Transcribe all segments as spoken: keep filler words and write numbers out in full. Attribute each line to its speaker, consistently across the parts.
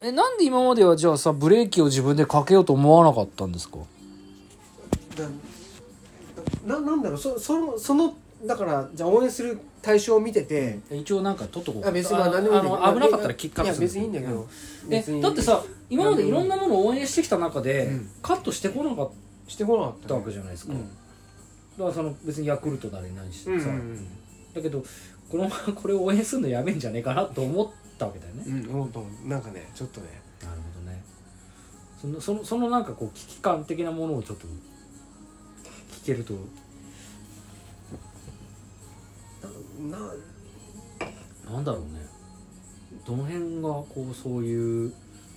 Speaker 1: えなんで今まではじゃあさブレーキを自分でかけようと思わなかったんですか？
Speaker 2: な, ななんだろう そ, そ, のそのだからじゃあ応援する対象を見てて、
Speaker 1: うん、一応なんか取っとこう。
Speaker 2: あ別にまあ何でもいいんだけど、
Speaker 1: あの危なかったらキックカットする。
Speaker 2: いや別にいいんだけど、
Speaker 1: えだってさ今までいろんなものを応援してきた中で、うん、カットしてこなか
Speaker 2: してこなかった
Speaker 1: わけじゃないですか、うん、だからその別にヤクルトなり何してさ、うんうんうん、だけどこのままこれを応援するのやめんじゃねえかなと思ったわけだよね。
Speaker 2: うん思ったなんかねちょっとね。
Speaker 1: なるほどね。そのそのそのなんかこう危機感的なものをちょっと聞けると
Speaker 2: な
Speaker 1: なんだろうね。どの辺がこうそういう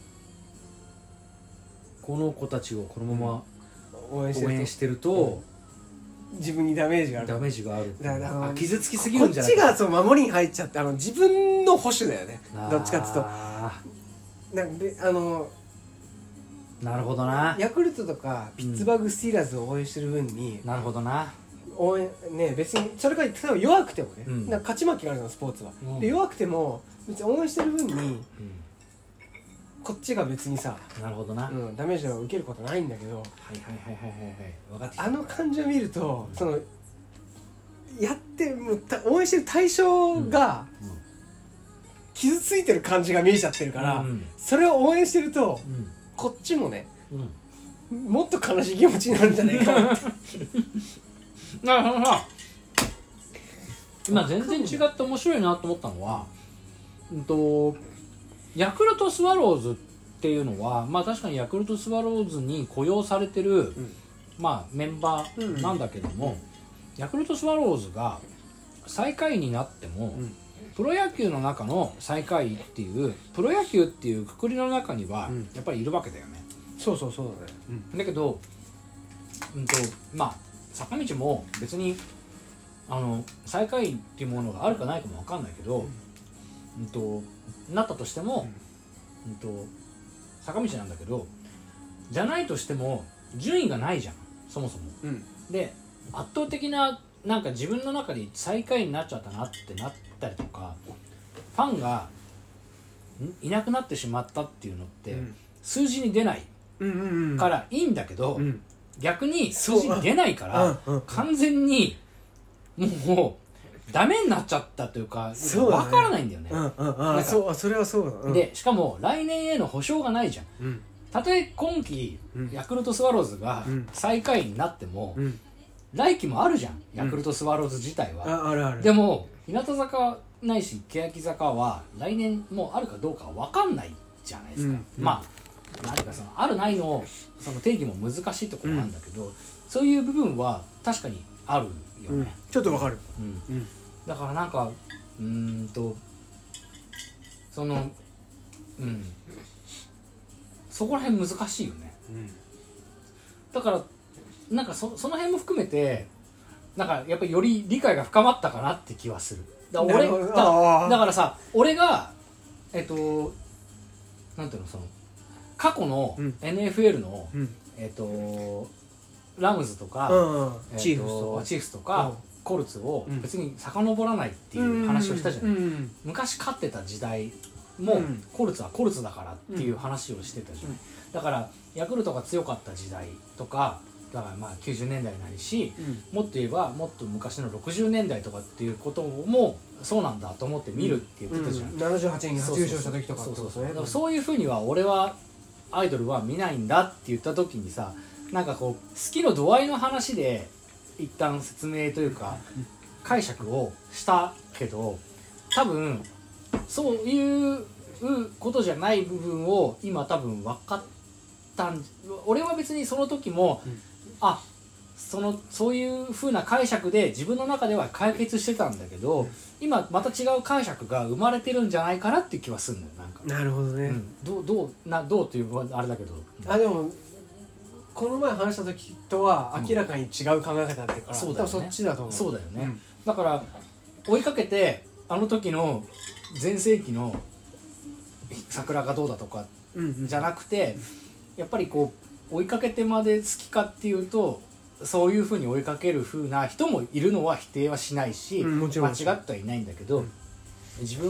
Speaker 1: この子たちをこのまま応援してると、
Speaker 2: うん、自分にダメージがある
Speaker 1: ダメージがある
Speaker 2: だから
Speaker 1: あ傷つきすぎるんじゃない
Speaker 2: か。こっちがそう守りに入っちゃってあの自分の保守だよね。どっちかっていうとなんであの
Speaker 1: なるほどな。
Speaker 2: ヤクルトとかピッツバーグスティーラーズを応援してる分に、
Speaker 1: うん、なるほどな。
Speaker 2: 応援ね別にそれから例えば弱くてもね、うん、なんか勝ち負けがあるのスポーツは、うん、で弱くても別に応援してる分に、うん、こっちが別にさ
Speaker 1: なるほどな、
Speaker 2: うん、ダメージを受けることないんだけど、はい
Speaker 1: はいはいはいはい分かってきた。
Speaker 2: あの感じを見ると、うん、そのやってもう応援してる対象が、うんうん、傷ついてる感じが見えちゃってるから、うん、それを応援してると、うん、こっちもね、うん、もっと悲しい気持ちになるんじゃないかなって
Speaker 1: なるほどな。今全然違って面白いなと思ったのは、うんと、ヤクルトスワローズっていうのは、まあ確かにヤクルトスワローズに雇用されてる、うん、まあメンバーなんだけども、うんうん、ヤクルトスワローズが最下位になっても、うん、プロ野球の中の最下位っていうプロ野球っていうくくりの中にはやっぱりいるわけだよね、
Speaker 2: うん、そうそうそうだね、
Speaker 1: うん、だけど、うんと、まあ坂道も別にあの最下位っていうものがあるかないかも分かんないけど、うんと、なったとしても、うんと、坂道なんだけどじゃないとしても順位がないじゃんそもそも、うん、で圧倒的ななんか自分の中で最下位になっちゃったなってなったりとかファンがいなくなってしまったっていうのって、うん、数字に出ないからいいんだけど、うん、逆に数字に出ないから、うん、完全にもうダメになっちゃったというか分からないんだよね。
Speaker 2: そうそれはそうだ、
Speaker 1: うん、でしかも来年への保証がないじゃん、うん、たとえ今季、うん、ヤクルトスワローズが最下位になっても、うん、来季もあるじゃんヤクルトスワローズ自体は、うん、ああるある。でも日向坂ないし欅坂は来年もうあるかどうか分かんないじゃないですか、うんうん、まあ何かそのあるないのその定義も難しいところなんだけど、うん、そういう部分は確かにあるよね、うん、
Speaker 2: ちょっとわかる、
Speaker 1: うんうん、だからなんかうーんとそのうんそこら辺難しいよね、うん、だからなんか そ, その辺も含めてなんかやっぱりより理解が深まったかなって気はする。だから俺 だ, だからさ俺がえっとなんていうのその過去の エヌエフエル の、うん、えっとラムズとか、うんえー、とチーフスとかチーフスとか、うん、コルツを別に遡らないっていう話をしたじゃない、うんうん、昔勝ってた時代も、うん、コルツはコルツだからっていう話をしてたじゃない、うん、だからヤクルトが強かった時代とかだからまあきゅうじゅうねんだいになりし、うん、もっと言えばもっと昔のろくじゅうねんだいとかっていうこともそうなんだと思って見るって言ってたじゃん、
Speaker 2: うんうん、ななじゅうはちねんに初優勝した時とか
Speaker 1: そうそうそうそう、そういうふうには俺はアイドルは見ないんだって言った時にさなんかこう好きの度合いの話で一旦説明というか解釈をしたけど多分そういうことじゃない部分を今多分分かったん俺は別にその時も、うん、あそのそういう風な解釈で自分の中では解決してたんだけど、うん、今また違う解釈が生まれてるんじゃないかなっていう気はするんだよ。なんか
Speaker 2: なるほどね、
Speaker 1: うん、どうどうなどうというあれだけど、
Speaker 2: あでもこの前話した時とは明らかに違う考え方だっていうから、うん、そうだよね、多分そっちだと思う。
Speaker 1: そうだよね、うん、だから追いかけてあの時の全盛期の桜がどうだとかじゃなくて、うんうん、やっぱりこう追いかけてまで好きかっていうとそういう風に追いかける風な人もいるのは否定はしないし、うん、間違ってはいないんだけど、うん、自分は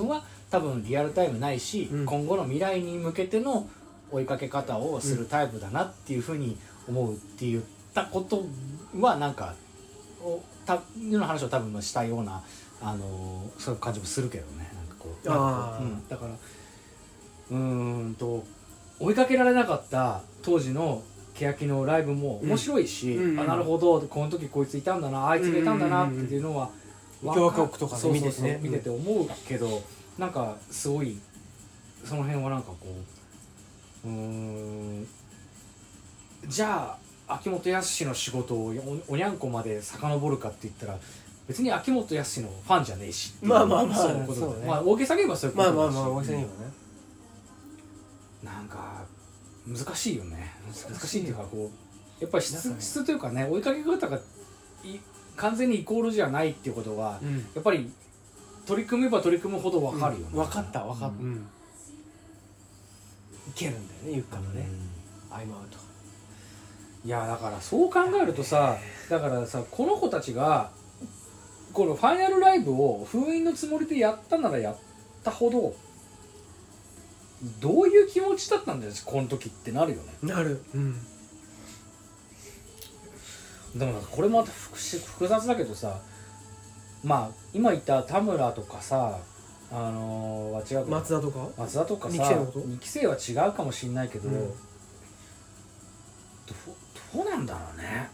Speaker 1: 多分リアルタイムないし、
Speaker 2: うん、
Speaker 1: 今後の未来に向けての追いかけ方をするタイプだなっていうふうに思うって言ったことはなんかおたいうの話を多分したような、あのー、そういう感じもするけどね。なんかこう、
Speaker 2: あ、
Speaker 1: うん、だからうーんと追いかけられなかった当時の欅のライブも面白いし、うん、あなるほどこの時こいついたんだなあいつがいたんだなっていうのは
Speaker 2: 共和国とかで見ててね
Speaker 1: 見てて思うけど、なんかすごいその辺はなんかこううーんじゃあ秋元康の仕事を お, おにゃんこまで遡るかって言ったら別に秋元康のファンじゃねえし
Speaker 2: まあまあまあ
Speaker 1: そういうことで、ね、まあ大げさに言えばそういうことだし、
Speaker 2: まあまあまあ大げさに言えばね、
Speaker 1: なんか難しいよね。難しいっていうかこうやっぱり 質, 質というかね追いかけ方がい完全にイコールじゃないっていうことは、うん、やっぱり取り組めば取り組むほど分かるよね、
Speaker 2: うん、分かった分かった、うん、いけるんだよねゆっかとね、うん、合間合うと。
Speaker 1: いやだからそう考えるとさだからさこの子たちがこのファイナルライブを封印のつもりでやったならやったほどどういう気持ちだったんだよこの時ってなるよね。
Speaker 2: なる、うん、
Speaker 1: でもこれもまた複雑だけどさまあ今言った田村とかさあのー、違う
Speaker 2: 松田とか
Speaker 1: 松田とかさにき生は違うかもしれないけど、うん、ど, どうなんだろうね。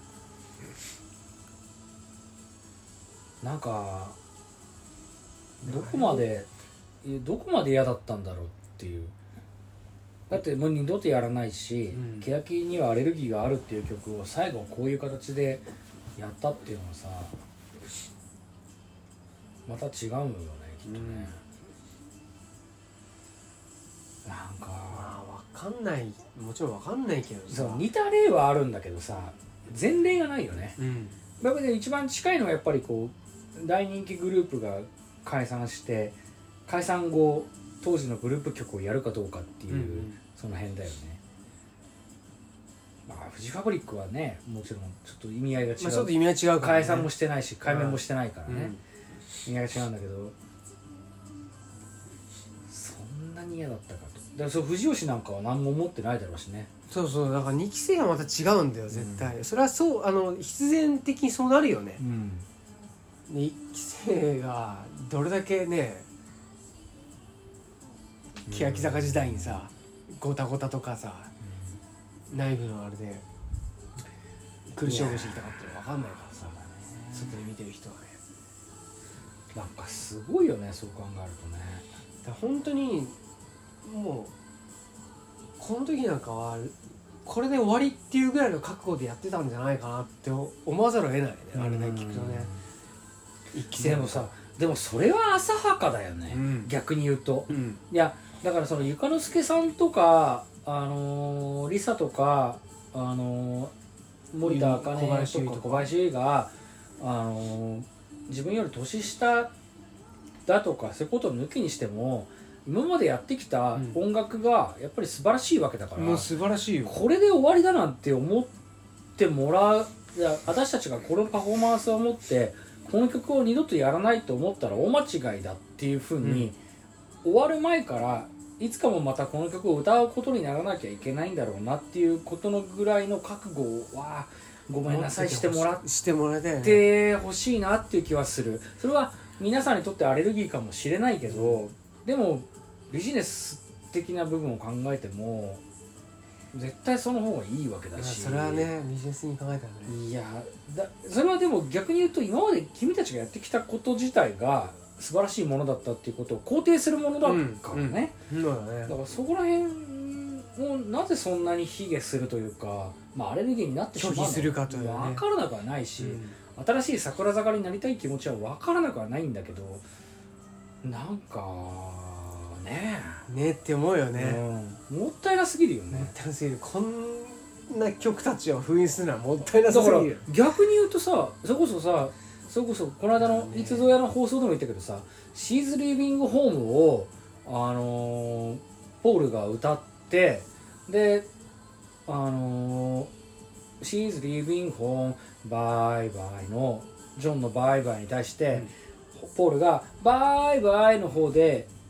Speaker 1: なんかどこまでどこまで嫌だったんだろうっていう。だってもう二度とやらないし、うん、欅にはアレルギーがあるっていう曲を最後こういう形でやったっていうのはさまた違うのよねきっとね、うん、なんか
Speaker 2: まあ分かんないもちろん分かんないけどさ
Speaker 1: そう似た例はあるんだけどさ前例がないよね、うん、だから一番近いのはやっぱりこう大人気グループが解散して解散後当時のグループ曲をやるかどうかっていう、うんうん、その辺だよね。まあフジファブリックはねもちろんちょっと意味合いが違う、
Speaker 2: まあ、ちょっと意味合い違うから、ね、
Speaker 1: 解散もしてないし改名もしてないからね、うん、意味合いが違うんだけどそんなに嫌だったかと。だからそう藤吉なんかは何も思ってないだろうしね。
Speaker 2: そうそうだからにき生はまた違うんだよ絶対、うん、それはそうあの必然的にそうなるよね、うん、いっき生がどれだけね欅坂時代にさゴタゴタとかさ、うん、内部のあれで苦しい思いしてきたかって分かんないからさ、外で見てる人はね
Speaker 1: なんかすごいよねそう考えるとね。
Speaker 2: だから本当にもうこの時なんかはこれで終わりっていうぐらいの覚悟でやってたんじゃないかなって思わざるを得ないねあれだけ聞くとね。
Speaker 1: 一期生もさでもそれは浅はかだよね、うん、逆に言うと、うん、いやだからそのゆかのすけさんとかあのー、リサとかあのー、森田茜とか小林優があのー、自分より年下だとかそういうことを抜きにしても今までやってきた音楽がやっぱり素晴らしいわけだから、
Speaker 2: もう素晴らしいよ。
Speaker 1: これで終わりだなんて思ってもらういや私たちがこのパフォーマンスを持ってこの曲を二度とやらないと思ったら大間違いだっていうふうに、うん、終わる前からいつかもまたこの曲を歌うことにならなきゃいけないんだろうなっていうことのぐらいの覚悟はごめんなさいしてもらってほしいなっていう気はする。それは皆さんにとってアレルギーかもしれないけど、うん、でもビジネス的な部分を考えても絶対その方がいいわけだし。
Speaker 2: それはねビジネスに考えたらね。
Speaker 1: いやだそれはでも逆に言うと今まで君たちがやってきたこと自体が素晴らしいものだったっていうことを肯定するものだからね、
Speaker 2: うんうん、
Speaker 1: だからそこら辺をなぜそんなに卑下するというか、まあ、アレルギーになってしまうの
Speaker 2: 拒否するかというね
Speaker 1: 分からなくはないし、うん、新しい桜坂になりたい気持ちは分からなくはないんだけどなんかね
Speaker 2: えねって思うよね、
Speaker 1: うん、もったいなすぎるよね。
Speaker 2: もったいなすぎる。こんな曲たちを封印するのはもったいなさすぎる。
Speaker 1: だから逆に言うとさそれこそさそれこそこの間のいつぞやの放送でも言ったけどさ「シーズ・リービング・ホーム」を、あのー、ポールが歌ってであのー「シーズ・リービング・ホーム」バイバイのジョンのバイバイに対して、うん、ポールがバイバイの方で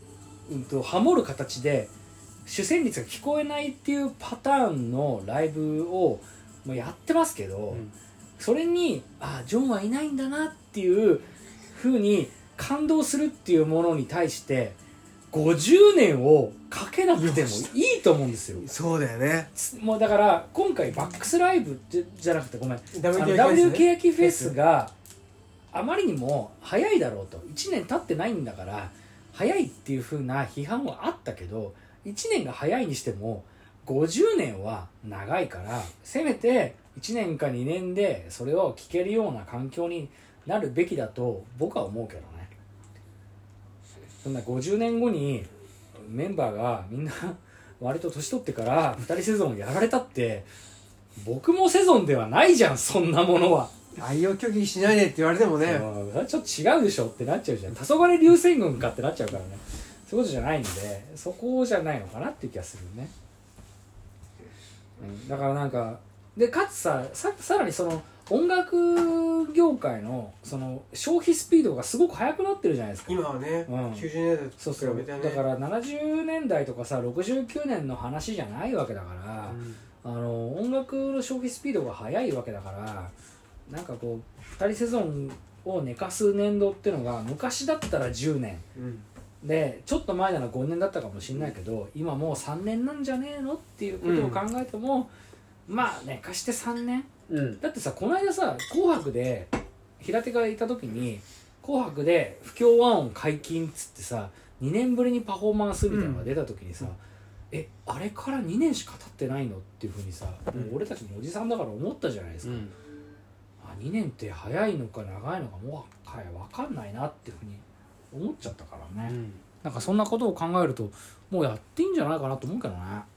Speaker 1: うんと、ハモる形で主旋律が聞こえないっていうパターンのライブをもうやってますけど、うん、それにあジョンはいないんだなっていう風に感動するっていうものに対してごじゅうねんをかけなくてもいいと思うんですよ。
Speaker 2: そうだよね。
Speaker 1: もうだから今回バックスライブじゃ、じゃなくてごめん
Speaker 2: ダブリューケー
Speaker 1: ケーキフェスがあまりにも早いだろうと、いちねん経ってないんだから早いっていう風な批判はあったけど、いちねんが早いにしてもごじゅうねんは長いから、せめていちねんかにねんでそれを聴けるような環境になるべきだと僕は思うけどね。そんなごじゅうねんごにメンバーがみんな割と年取ってからふたりセゾンやられたって僕もセゾンではないじゃん、そんなものは。
Speaker 2: 愛用拒否しないでって言われてもね、
Speaker 1: ちょっと違うでしょってなっちゃうじゃん。黄昏流星群かってなっちゃうからね。そういうことじゃないんで、そこじゃないのかなっていう気がするね、うん、だからなんかでかつさ さ, さらにその音楽業界のその消費スピードがすごく速くなってるじゃないですか
Speaker 2: 今はね、うん、きゅうじゅうねんだいと比べてね。
Speaker 1: だからななじゅうねんだいとかさろくじゅうきゅうねんの話じゃないわけだから、うん、あの音楽の消費スピードが速いわけだから、なんかこうふたりセゾンを寝かす年度っていうのが昔だったらじゅうねん、うんでちょっと前ならごねんだったかもしれないけど、今もうさんねんなんじゃねえのっていうことを考えても、うん、まあ寝かしてさんねん、うん、だってさこの間さ紅白で平手がいた時に紅白で不協和音解禁っつってさにねんぶりにパフォーマンスみたいなのが出た時にさ、うん、えあれからにねんしか経ってないのっていうふうにさ、うん、もう俺たちもおじさんだから思ったじゃないですか、うん、あにねんって早いのか長いのかもう分かんないなっていうふうに思っちゃったからね、うん、なんかそんなことを考えるともうやっていいんじゃないかなと思うけどね。